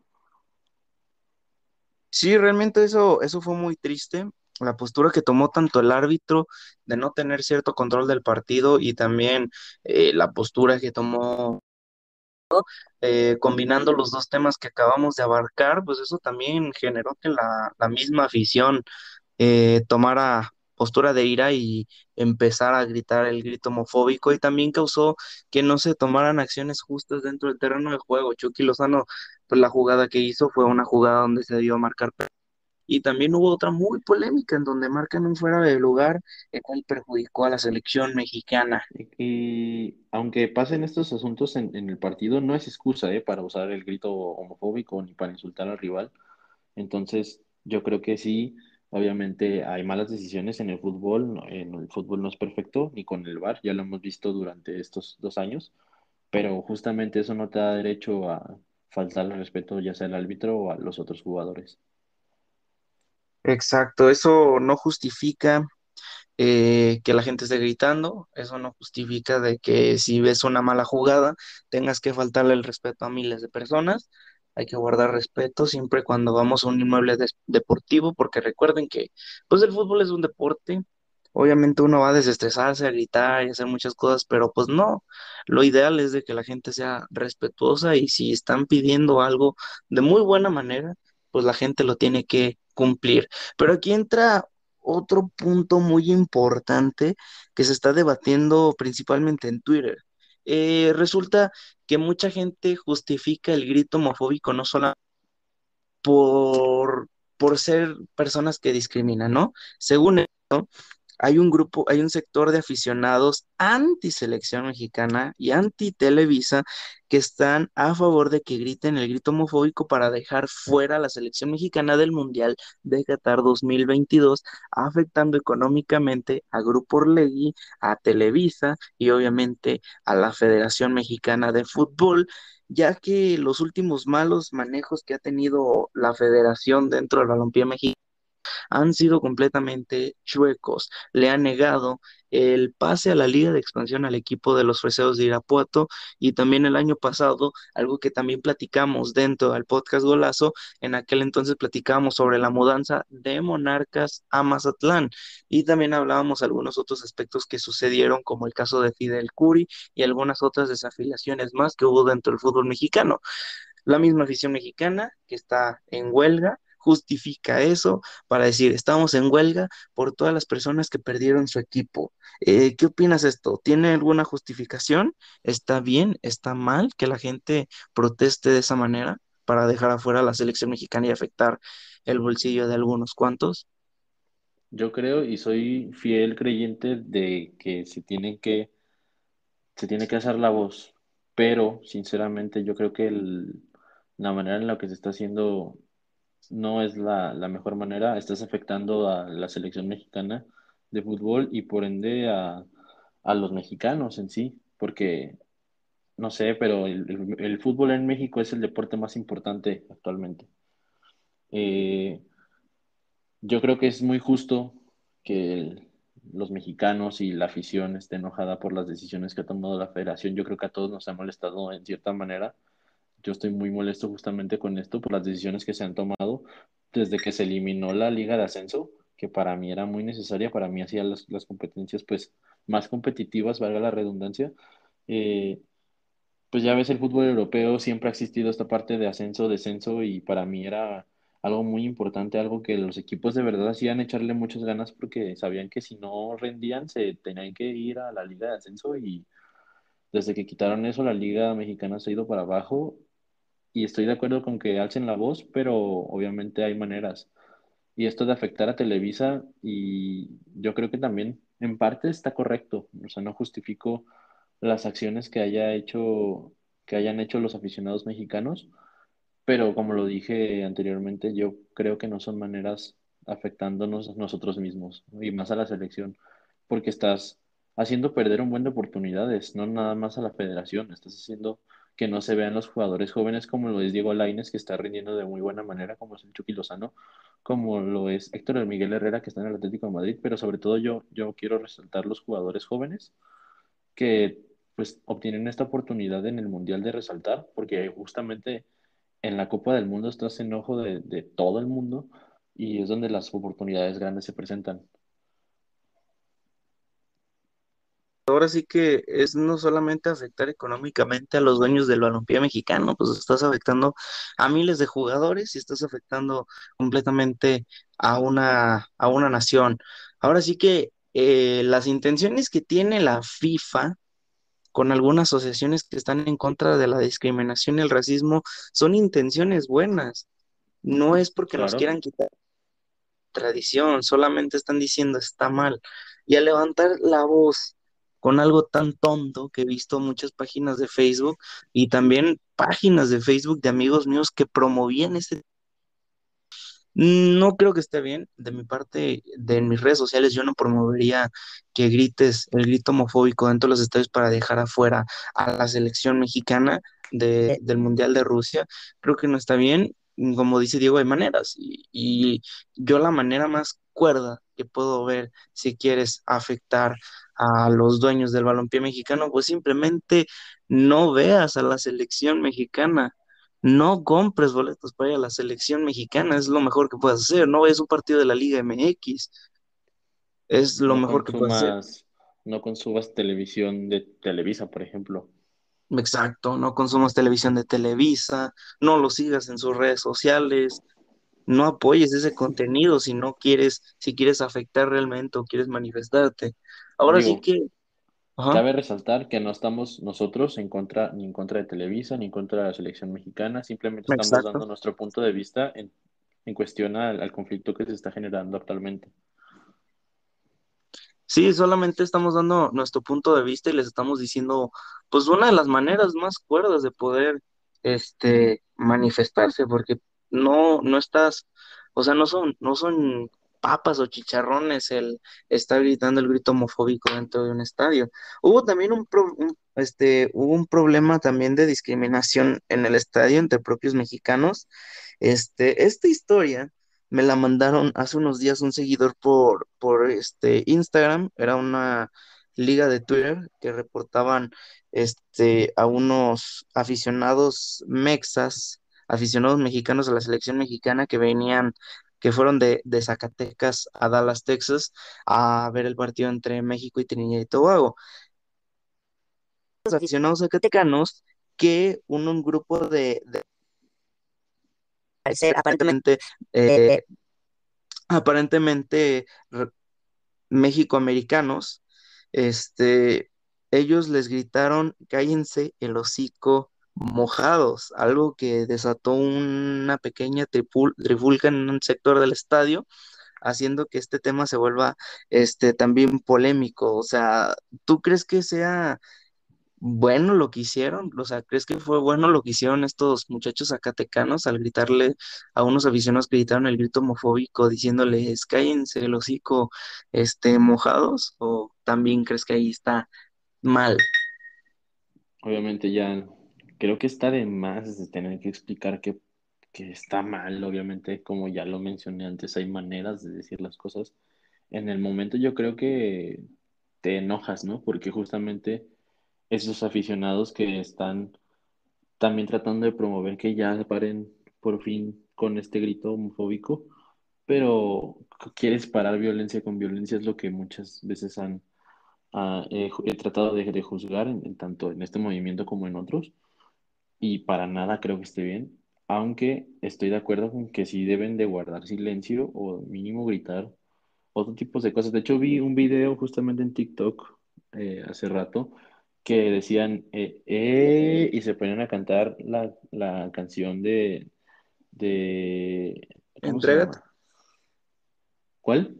Speaker 1: Sí, realmente eso, eso fue muy triste. La postura que tomó tanto el árbitro de no tener cierto control del partido y también eh, la postura que tomó eh, combinando los dos temas que acabamos de abarcar, pues eso también generó que la, la misma afición eh, tomara postura de ira y empezara a gritar el grito homofóbico y también causó que no se tomaran acciones justas dentro del terreno de juego. Chucky Lozano, pues la jugada que hizo fue una jugada donde se dio a marcar y también hubo otra muy polémica en donde marcan un fuera de lugar, el cual perjudicó a la selección mexicana.
Speaker 3: Y aunque pasen estos asuntos en, en el partido, no es excusa, ¿eh? Para usar el grito homofóbico ni para insultar al rival. Entonces, yo creo que sí, obviamente hay malas decisiones en el fútbol, no- en el fútbol no es perfecto, ni con el VAR, ya lo hemos visto durante estos dos años, pero justamente eso no te da derecho a faltar el respeto ya sea al árbitro o a los otros jugadores.
Speaker 1: Exacto, eso no justifica eh, que la gente esté gritando, eso no justifica de que si ves una mala jugada tengas que faltarle el respeto a miles de personas. Hay que guardar respeto siempre cuando vamos a un inmueble des- deportivo, porque recuerden que pues el fútbol es un deporte. Obviamente uno va a desestresarse, a gritar y hacer muchas cosas, pero pues no. Lo ideal es de que la gente sea respetuosa y si están pidiendo algo de muy buena manera, pues la gente lo tiene que cumplir. Pero aquí entra otro punto muy importante que se está debatiendo principalmente en Twitter. Eh, resulta que mucha gente justifica el grito homofóbico no solo por, por ser personas que discriminan, ¿no? Según esto, hay un grupo, hay un sector de aficionados anti selección mexicana y anti Televisa que están a favor de que griten el grito homofóbico para dejar fuera a la selección mexicana del Mundial de Qatar dos mil veintidós, afectando económicamente a Grupo Orlegui, a Televisa y obviamente a la Federación Mexicana de Fútbol, ya que los últimos malos manejos que ha tenido la federación dentro del balompié mexicano han sido completamente chuecos. Le han negado el pase a la Liga de Expansión al equipo de los Freseos de Irapuato y también el año pasado, algo que también platicamos dentro del podcast Golazo, en aquel entonces platicábamos sobre la mudanza de Monarcas a Mazatlán y también hablábamos algunos otros aspectos que sucedieron, como el caso de Fidel Curi y algunas otras desafiliaciones más que hubo dentro del fútbol mexicano. La misma afición mexicana que está en huelga justifica eso para decir, estamos en huelga por todas las personas que perdieron su equipo. Eh, ¿qué opinas de esto? ¿Tiene alguna justificación? ¿Está bien? ¿Está mal que la gente proteste de esa manera para dejar afuera a la selección mexicana y afectar el bolsillo de algunos cuantos?
Speaker 3: Yo creo y soy fiel creyente de que se tienen que, se tiene que hacer la voz, pero sinceramente yo creo que el- la manera en la que se está haciendo no es la, la mejor manera. Estás afectando a la selección mexicana de fútbol y por ende a, a los mexicanos en sí, porque no sé, pero el, el- el fútbol en México es el deporte más importante actualmente. Eh, yo creo que es muy justo que el- los mexicanos y la afición esté enojada por las decisiones que ha tomado la federación. Yo creo que a todos nos ha molestado en cierta manera. Yo estoy muy molesto justamente con esto por las decisiones que se han tomado desde que se eliminó la Liga de Ascenso. que para mí era muy necesaria, para mí hacía las, las competencias pues más competitivas, valga la redundancia. Eh, pues ya ves, el fútbol europeo siempre ha existido esta parte de ascenso, descenso y para mí era algo muy importante, algo que los equipos de verdad hacían echarle muchas ganas porque sabían que si no rendían se tenían que ir a la liga de ascenso y desde que quitaron eso la liga mexicana se ha ido para abajo y estoy de acuerdo con que alcen la voz, pero obviamente hay maneras. Y esto de afectar a Televisa y yo creo que también en parte está correcto, o sea, no justifico las acciones que haya hecho, que hayan hecho los aficionados mexicanos, pero como lo dije anteriormente, yo creo que no son maneras afectándonos nosotros mismos y más a la selección, porque estás haciendo perder un buen de oportunidades, no nada más a la federación, estás haciendo que no se vean los jugadores jóvenes como lo es Diego Lainez, que está rindiendo de muy buena manera, como es el Chucky Lozano, como lo es Héctor El Miguel Herrera, que está en el Atlético de Madrid, pero sobre todo yo, yo quiero resaltar los jugadores jóvenes que pues obtienen esta oportunidad en el Mundial de resaltar, porque justamente en la Copa del Mundo estás en ojo de, de todo el mundo y es donde las oportunidades grandes se presentan.
Speaker 1: Ahora sí que es no solamente afectar económicamente a los dueños del balompié mexicano, pues estás afectando a miles de jugadores y estás afectando completamente a una, a una nación. Ahora sí que eh, las intenciones que tiene la FIFA con algunas asociaciones que están en contra de la discriminación y el racismo son intenciones buenas. No es porque nos
Speaker 3: Claro,
Speaker 1: quieran quitar tradición, solamente están diciendo está mal. Y al levantar la voz con algo tan tonto que he visto muchas páginas de Facebook y también páginas de Facebook de amigos míos que promovían este. No creo que esté bien. De mi parte, de mis redes sociales, yo no promovería que grites el grito homofóbico dentro de los estadios para dejar afuera a la selección mexicana de- del Mundial de Rusia. Creo que no está bien. Como dice Diego, hay maneras. Y, y yo la manera más cuerda que puedo ver si quieres afectar a los dueños del balompié mexicano, pues simplemente no veas a la selección mexicana. No compres boletos para ir a la selección mexicana, es lo mejor que puedes hacer. No vayas a un partido de la Liga M X, es lo
Speaker 3: no
Speaker 1: mejor que puedes hacer.
Speaker 3: consumas, no consumas televisión de Televisa, por ejemplo.
Speaker 1: Exacto, no consumas televisión de Televisa, no lo sigas en sus redes sociales, no apoyes ese contenido si no quieres, si quieres afectar realmente o quieres manifestarte. Ahora sí
Speaker 3: Digo,
Speaker 1: que, ajá,
Speaker 3: cabe resaltar que no estamos nosotros en contra ni en contra de Televisa ni en contra de la selección mexicana, simplemente estamos
Speaker 1: exacto.
Speaker 3: dando nuestro punto de vista en, en cuestión al, al conflicto que se está generando actualmente.
Speaker 1: Sí, solamente estamos dando nuestro punto de vista y les estamos diciendo, pues una de las maneras más cuerdas de poder, este, manifestarse, porque no, no estás, o sea, no son, no son papas o chicharrones el estar gritando el grito homofóbico dentro de un estadio. Hubo también un, pro- un, este, hubo un problema también de discriminación en el estadio entre propios mexicanos. Este, esta historia me la mandaron hace unos días un seguidor por, por este Instagram, era una liga de Twitter que reportaban este, a unos aficionados mexas, aficionados mexicanos a la selección mexicana que venían, que fueron de, de Zacatecas a Dallas, Texas, a ver el partido entre México y Trinidad y Tobago. Los aficionados zacatecanos que un, un grupo de, de al ser aparentemente eh, aparentemente re- mexicoamericanos, este, ellos les gritaron, cállense el hocico mojados, algo que desató una pequeña tripul- trifulca en un sector del estadio, haciendo que este tema se vuelva este, también polémico. O sea, ¿tú crees que sea bueno lo que hicieron? O sea, ¿crees que fue bueno lo que hicieron estos muchachos zacatecanos al gritarle a unos aficionados que gritaron el grito homofóbico diciéndoles cállense el hocico, este, mojados? ¿O también crees que ahí está mal?
Speaker 3: Obviamente ya creo que está de más de tener que explicar que, que está mal, obviamente, como ya lo mencioné antes, hay maneras de decir las cosas. En el momento yo creo que te enojas, ¿no? Porque justamente esos aficionados que están también tratando de promover que ya paren por fin con este grito homofóbico, pero quieres parar violencia con violencia es lo que muchas veces han ah, eh, ju- he tratado de, de juzgar en, en tanto en este movimiento como en otros, y para nada creo que esté bien, aunque estoy de acuerdo con que sí deben de guardar silencio o mínimo gritar otro tipo de cosas. De hecho, vi un video justamente en TikTok eh, hace rato que decían eh, "eh", y se ponían a cantar la, la canción de, de, ¿cómo se
Speaker 1: Entrégate.
Speaker 3: llama? ¿Cuál?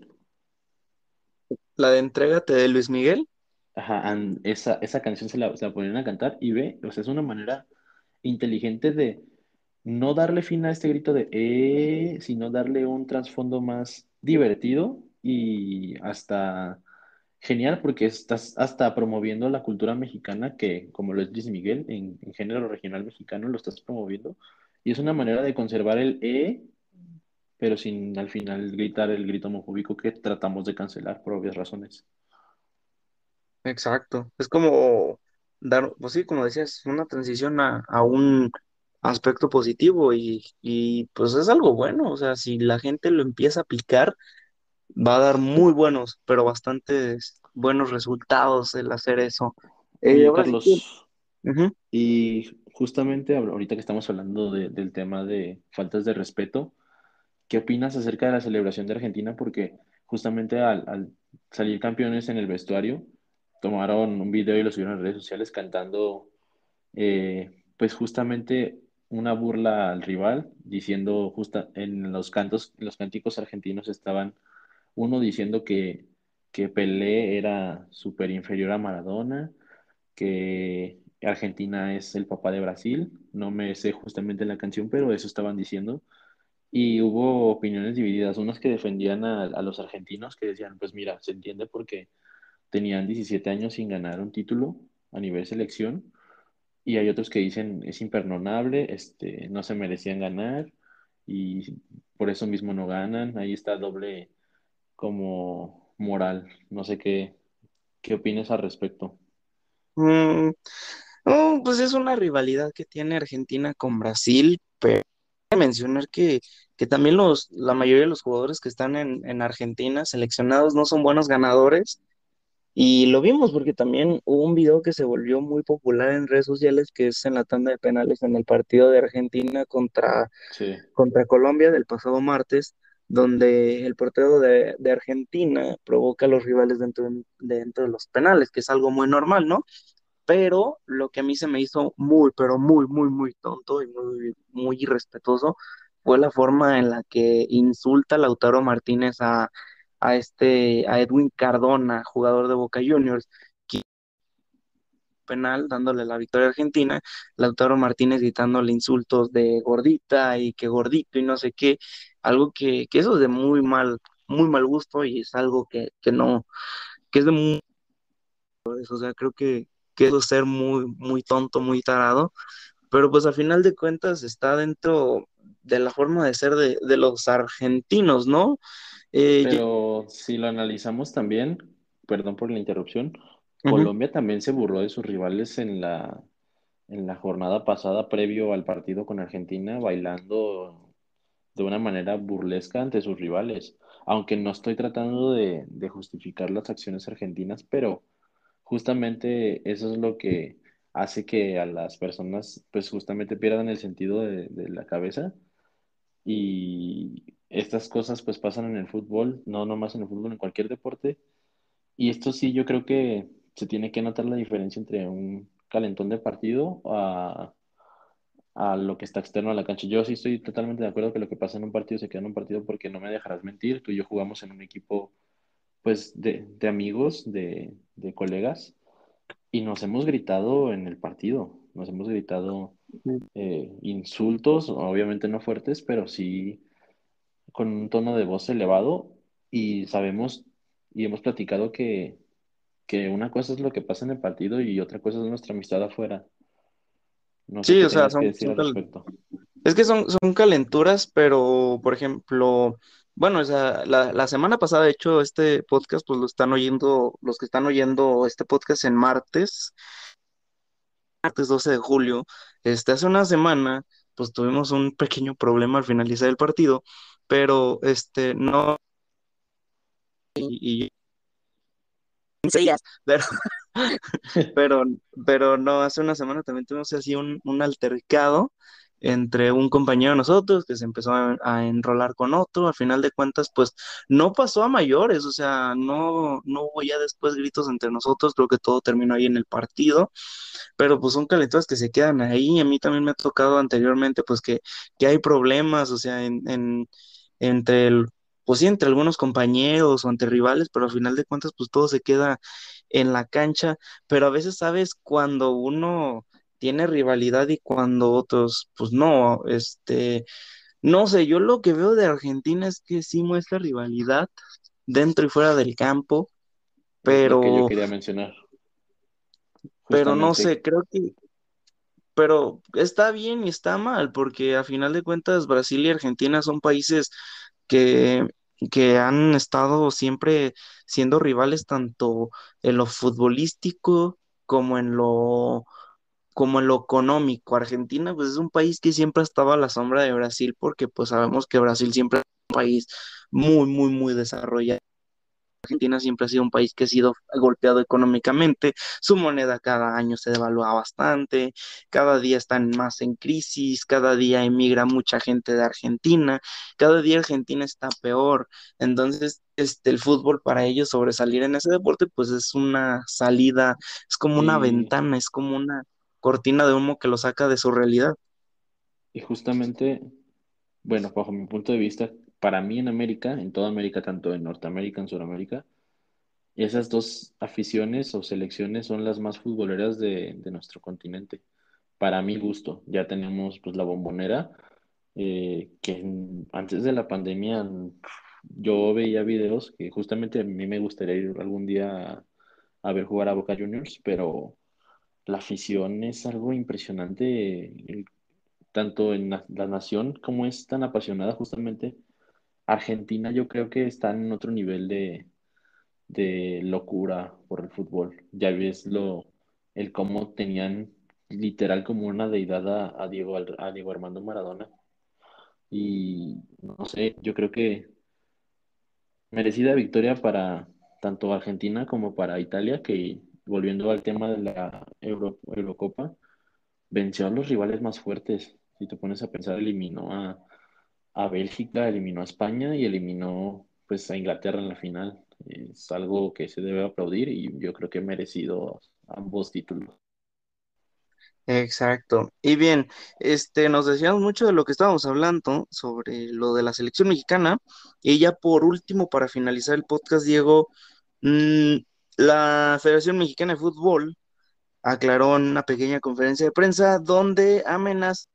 Speaker 1: La de Entrégate de Luis Miguel.
Speaker 3: Ajá, an- esa, esa canción se la, se la ponían a cantar y ve, o sea, es una manera inteligente de no darle fin a este grito de eh, sino darle un trasfondo más divertido y hasta genial porque estás hasta promoviendo la cultura mexicana que, como lo es Luis Miguel, en, en género regional mexicano lo estás promoviendo y es una manera de conservar el eh, pero sin al final gritar el grito homofóbico que tratamos de cancelar por obvias razones.
Speaker 1: Exacto. Es como dar, pues sí, como decías, una transición a, a un aspecto positivo y, y pues es algo bueno. O sea, si la gente lo empieza a aplicar, va a dar muy buenos, pero bastantes buenos resultados el hacer eso. Eh,
Speaker 3: Oye,
Speaker 1: ahora sí que,
Speaker 3: Carlos,
Speaker 1: ujú,
Speaker 3: y justamente ahor- ahorita que estamos hablando de- del tema de faltas de respeto, ¿qué opinas acerca de la celebración de Argentina? Porque justamente al, al salir campeones en el vestuario, tomaron un video y lo subieron a redes sociales cantando, eh, pues justamente una burla al rival, diciendo justa en los cantos, en los cánticos argentinos estaban uno diciendo que, que Pelé era súper inferior a Maradona, que Argentina es el papá de Brasil. No me sé justamente la canción, pero eso estaban diciendo. Y hubo opiniones divididas, unas que defendían a, a los argentinos, que decían, pues mira, se entiende porque tenían diecisiete años sin ganar un título a nivel selección, y hay otros que dicen, es imperdonable, este, no se merecían ganar, y por eso mismo no ganan. Ahí está doble como moral. No sé qué, qué opinas al respecto.
Speaker 1: mm, no, pues es una rivalidad que tiene Argentina con Brasil, pero hay que mencionar que, que también los, la mayoría de los jugadores que están en, en Argentina seleccionados no son buenos ganadores. Y lo vimos porque también hubo un video que se volvió muy popular en redes sociales, que es en la tanda de penales en el partido de Argentina contra,
Speaker 3: Sí,
Speaker 1: contra Colombia del pasado martes, donde el portero de, de Argentina provoca a los rivales dentro de, dentro de los penales, que es algo muy normal, ¿no? Pero lo que a mí se me hizo muy, pero muy, muy, muy tonto y muy, muy irrespetuoso fue la forma en la que insulta Lautaro Martínez a, a este, a Edwin Cardona, jugador de Boca Juniors, que penal dándole la victoria a Argentina, Lautaro Martínez gritándole insultos de gordita y que gordito y no sé qué, algo que, que eso es de muy mal, muy mal gusto y es algo que, que no, que es de muy, o sea, creo que, que eso es ser muy, muy tonto, muy tarado, pero pues al final de cuentas está dentro de la forma de ser de, de los argentinos, ¿no? Eh, yo-
Speaker 3: pero si lo analizamos también, perdón por la interrupción,
Speaker 1: Ujú.
Speaker 3: Colombia también se burló de sus rivales en la, en la jornada pasada previo al partido con Argentina, bailando de una manera burlesca ante sus rivales. Aunque no estoy tratando de, de justificar las acciones argentinas, pero justamente eso es lo que hace que a las personas pues justamente pierdan el sentido de, de la cabeza, y estas cosas pues pasan en el fútbol, no nomás en el fútbol, en cualquier deporte, y esto sí yo creo que se tiene que notar la diferencia entre un calentón de partido a, a lo que está externo a la cancha. Yo sí estoy totalmente de acuerdo que lo que pasa en un partido se queda en un partido, porque no me dejarás mentir, tú y yo jugamos en un equipo pues de, de amigos, de, de colegas, y nos hemos gritado en el partido, nos hemos gritado eh, insultos, obviamente no fuertes, pero sí con un tono de voz elevado, y sabemos y hemos platicado que, que una cosa es lo que pasa en el partido y otra cosa es nuestra amistad afuera. No sé
Speaker 1: Sí,
Speaker 3: qué
Speaker 1: o sea,
Speaker 3: tengas que
Speaker 1: son,
Speaker 3: decir
Speaker 1: son
Speaker 3: al
Speaker 1: cal-
Speaker 3: respecto.
Speaker 1: es que son, son calenturas, pero por ejemplo, bueno, o sea, la, la semana pasada, de hecho, este podcast, pues lo están oyendo, los que están oyendo este podcast en martes, martes doce de julio, este, hace una semana, pues tuvimos un pequeño problema al finalizar el partido, pero este, no, y, y pero, pero, pero no, hace una semana también tuvimos así un, un altercado entre un compañero de nosotros que se empezó a, a enrolar con otro, al final de cuentas, pues no pasó a mayores, o sea, no, no hubo ya después gritos entre nosotros, creo que todo terminó ahí en el partido, pero pues son calenturas que se quedan ahí, a mí también me ha tocado anteriormente, pues que, que hay problemas, o sea, en, en, entre el, pues sí, entre algunos compañeros o entre rivales, pero al final de cuentas, pues todo se queda en la cancha, pero a veces sabes cuando uno tiene rivalidad y cuando otros, pues no, este, no sé, yo lo que veo de Argentina es que sí muestra rivalidad dentro y fuera del campo,
Speaker 3: Es lo que yo
Speaker 1: pero,
Speaker 3: quería mencionar,
Speaker 1: pero no
Speaker 3: justamente.
Speaker 1: sé, creo que, pero está bien y está mal, porque a final de cuentas Brasil y Argentina son países que, que han estado siempre siendo rivales tanto en lo futbolístico como en lo como en lo económico. Argentina, pues es un país que siempre ha estado a la sombra de Brasil, porque pues sabemos que Brasil siempre es un país muy, muy, muy desarrollado. Argentina siempre ha sido un país que ha sido golpeado económicamente, su moneda cada año se devalúa bastante, cada día están más en crisis, cada día emigra mucha gente de Argentina, cada día Argentina está peor, entonces este, el fútbol para ellos sobresalir en ese deporte pues es una salida, es como una
Speaker 3: Y,
Speaker 1: ventana, es como una cortina de humo que lo saca de su realidad.
Speaker 3: y justamente, bueno, bajo mi punto de vista, para mí en América, en toda América, tanto en Norteamérica, en Sudamérica, esas dos aficiones o selecciones son las más futboleras de, de nuestro continente. Para mi gusto, ya tenemos pues la Bombonera, eh, que en- antes de la pandemia mm, yo veía videos que justamente a mí me gustaría ir algún día a, a ver jugar a Boca Juniors, pero la afición es algo impresionante, el- tanto en la, la nación como es tan apasionada justamente. Argentina yo creo que está en otro nivel de, de locura por el fútbol. Ya ves lo, el cómo tenían literal como una deidad a, a Diego, Al- a Diego Armando Maradona. Y no sé, yo creo que merecida victoria para tanto Argentina como para Italia, que volviendo al tema de la Euro- Eurocopa, venció a los rivales más fuertes. Si te pones a pensar, eliminó a, a Bélgica, eliminó a España y eliminó pues a Inglaterra en la final. Es algo que se debe aplaudir y yo creo que merecido ambos títulos.
Speaker 1: Exacto. Y bien, este, nos decíamos mucho de lo que estábamos hablando sobre lo de la selección mexicana. Y ya por último, para finalizar el podcast, Diego, mm, la Federación Mexicana de Fútbol aclaró en una pequeña conferencia de prensa donde amenaza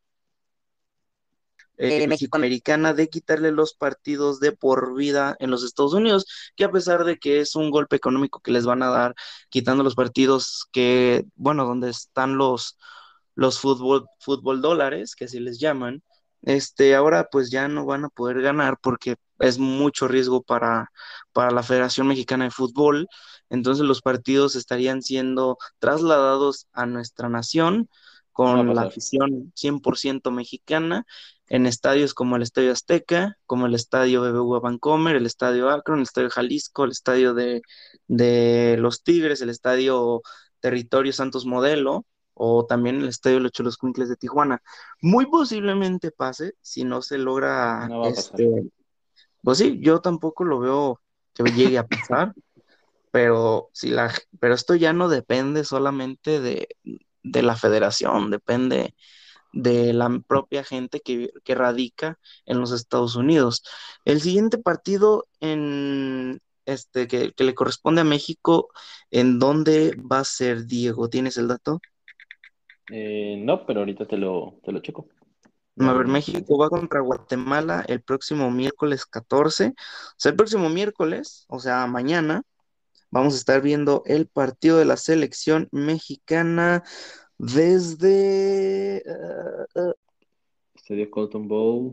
Speaker 1: eh, México-Americana de quitarle los partidos de por vida en los Estados Unidos, que a pesar de que es un golpe económico que les van a dar, quitando los partidos que, bueno, donde están los, los fútbol, fútbol dólares, que así les llaman, este, ahora pues ya no van a poder ganar porque es mucho riesgo para, para la Federación Mexicana de Fútbol, entonces los partidos estarían siendo trasladados a nuestra nación
Speaker 3: No va a
Speaker 1: con la
Speaker 3: pasar.
Speaker 1: afición cien por ciento mexicana en estadios como el Estadio Azteca, como el Estadio B B V a Bancomer, el Estadio Akron, el Estadio Jalisco, el Estadio de, de los Tigres, el Estadio Territorio Santos Modelo, o también el Estadio Los Cholos Cuincles de Tijuana. Muy posiblemente pase si no se logra,
Speaker 3: No va a pasar.
Speaker 1: este, pues sí, yo tampoco lo veo que llegue a pasar, pero si la, pero esto ya no depende solamente de, de la federación, depende de la propia gente que, que radica en los Estados Unidos. El siguiente partido en este que, que le corresponde a México, ¿en dónde va a ser, Diego? ¿Tienes el dato?
Speaker 3: Eh, no, pero ahorita te lo, te lo checo.
Speaker 1: A
Speaker 3: Dame
Speaker 1: ver,
Speaker 3: un
Speaker 1: México
Speaker 3: instante.
Speaker 1: va contra Guatemala el próximo miércoles catorce. O sea, el próximo miércoles, o sea, mañana, vamos a estar viendo el partido de la selección mexicana desde, eh,
Speaker 3: Estadio Cotton Bowl,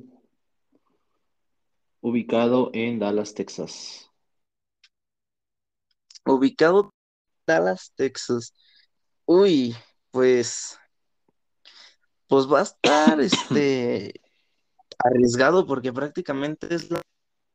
Speaker 3: ubicado en Dallas, Texas.
Speaker 1: ubicado en Dallas, Texas. Uy, pues, pues va a estar, este, arriesgado porque prácticamente es la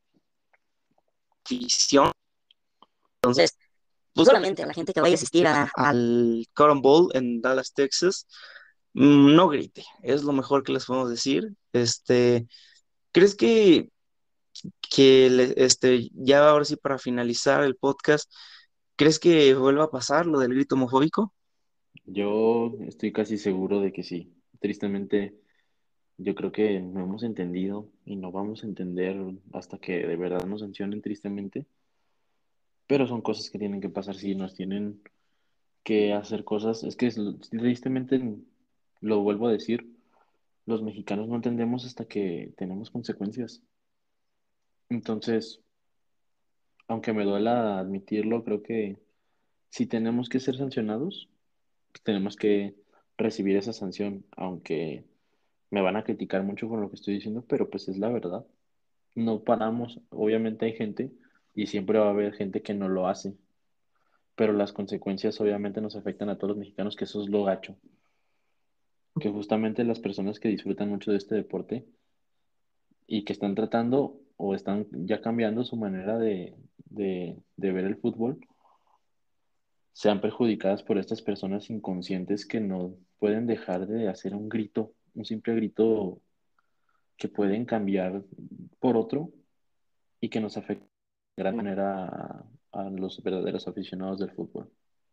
Speaker 1: afición. Entonces, pues solamente la gente que vaya a asistir a- al Cotton Bowl en Dallas, Texas, mm, no grite, es lo mejor que les podemos decir. Este, ¿crees que, que le- este, ya ahora sí para finalizar el podcast, ¿crees que vuelva a pasar lo del grito homofóbico?
Speaker 3: Yo estoy casi seguro de que sí. Tristemente, yo creo que no hemos entendido y no vamos a entender hasta que de verdad nos sancionen tristemente, pero son cosas que tienen que pasar si nos tienen que hacer cosas. Es que es- tristemente, lo vuelvo a decir, los mexicanos no entendemos hasta que tenemos consecuencias. Entonces, aunque me duela admitirlo, creo que si tenemos que ser sancionados, pues tenemos que recibir esa sanción, aunque me van a criticar mucho con lo que estoy diciendo, pero pues es la verdad. No paramos, obviamente hay gente y siempre va a haber gente que no lo hace, pero las consecuencias obviamente nos afectan a todos los mexicanos, que eso es lo gacho, que justamente las personas que disfrutan mucho de este deporte y que están tratando o están ya cambiando su manera de, de, de ver el fútbol, sean perjudicadas por estas personas inconscientes que no pueden dejar de hacer un grito, un simple grito que pueden cambiar por otro y que nos afecta de gran manera a, a los verdaderos aficionados del fútbol.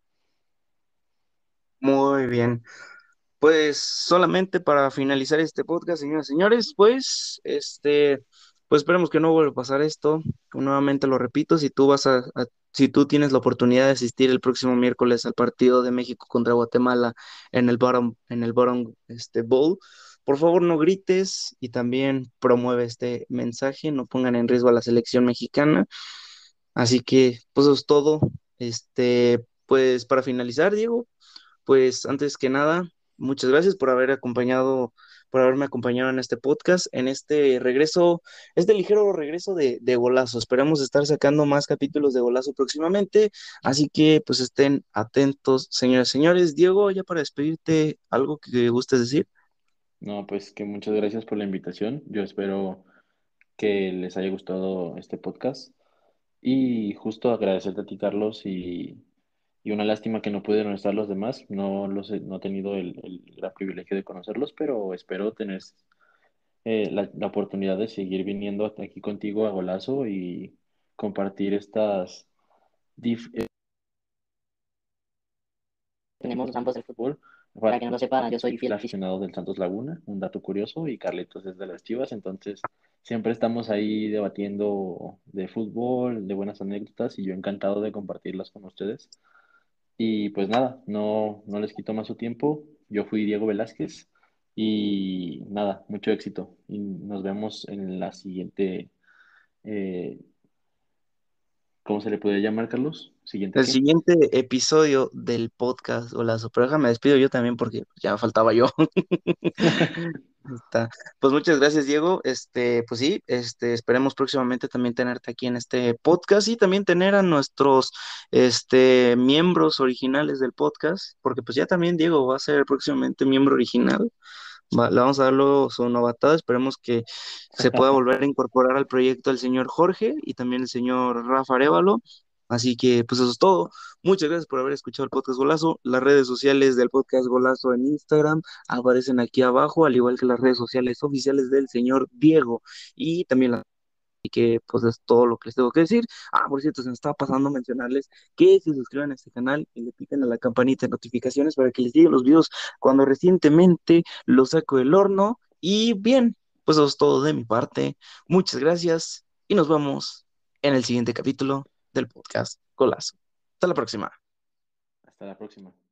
Speaker 1: Muy bien. Pues solamente para finalizar este podcast, señoras y señores, pues este, pues esperemos que no vuelva a pasar esto. Nuevamente lo repito, si tú vas a, a- si tú tienes la oportunidad de asistir el próximo miércoles al partido de México contra Guatemala en el Bottom, en el Bottom este, Bowl, por favor no grites y también promueve este mensaje, no pongan en riesgo a la selección mexicana. Así que, pues eso es todo. Este, pues para finalizar, Diego. Pues antes que nada, muchas gracias por haber acompañado, por haberme acompañado en este podcast, en este regreso, este ligero regreso de, de Golazo. Esperamos estar sacando más capítulos de Golazo próximamente, así que pues estén atentos, señoras y señores. Diego, ya para despedirte, ¿algo que gustes decir?
Speaker 3: No, pues que muchas gracias por la invitación. Yo espero que les haya gustado este podcast y justo agradecerte a ti, Carlos, y, y una lástima que no pudieron estar los demás. No los he, no he tenido el, el gran privilegio de conocerlos, pero espero tener eh, la, la oportunidad de seguir viniendo hasta aquí contigo a Golazo y compartir estas dif- eh, tenemos ambos del fútbol. Para que no lo sepa, yo soy fiel aficionado del Santos Laguna, un dato curioso, y Carlitos es de las Chivas, entonces siempre estamos ahí debatiendo de fútbol, de buenas anécdotas, y yo encantado de compartirlas con ustedes. Y pues nada, no, no les quito más su tiempo. Yo fui Diego Velázquez y nada, mucho éxito. Y nos vemos en la siguiente, eh, ¿cómo se le puede llamar, Carlos? ¿Siguiente
Speaker 1: El
Speaker 3: qué?
Speaker 1: siguiente episodio del podcast Golazo, pero déjame despido yo también porque ya faltaba yo. Está. Pues muchas gracias, Diego. Este, pues sí, este, esperemos próximamente también tenerte aquí en este podcast y también tener a nuestros este miembros originales del podcast, porque pues ya también Diego va a ser próximamente miembro original. Va- le vamos a darlo su novatada. Esperemos que se pueda volver a incorporar al proyecto el señor Jorge y también el señor Rafa Arévalo. Así que, pues eso es todo. Muchas gracias por haber escuchado el podcast Golazo. Las redes sociales del podcast Golazo en Instagram aparecen aquí abajo, al igual que las redes sociales oficiales del señor Diego. Y también la y que pues es todo lo que les tengo que decir. Ah, por cierto, se me estaba pasando mencionarles que se suscriban a este canal y le piquen a la campanita de notificaciones para que les lleguen los videos cuando recientemente los saco del horno. Y bien, pues eso es todo de mi parte. Muchas gracias y nos vemos en el siguiente capítulo del podcast Golazo. Hasta la próxima.
Speaker 3: Hasta la próxima.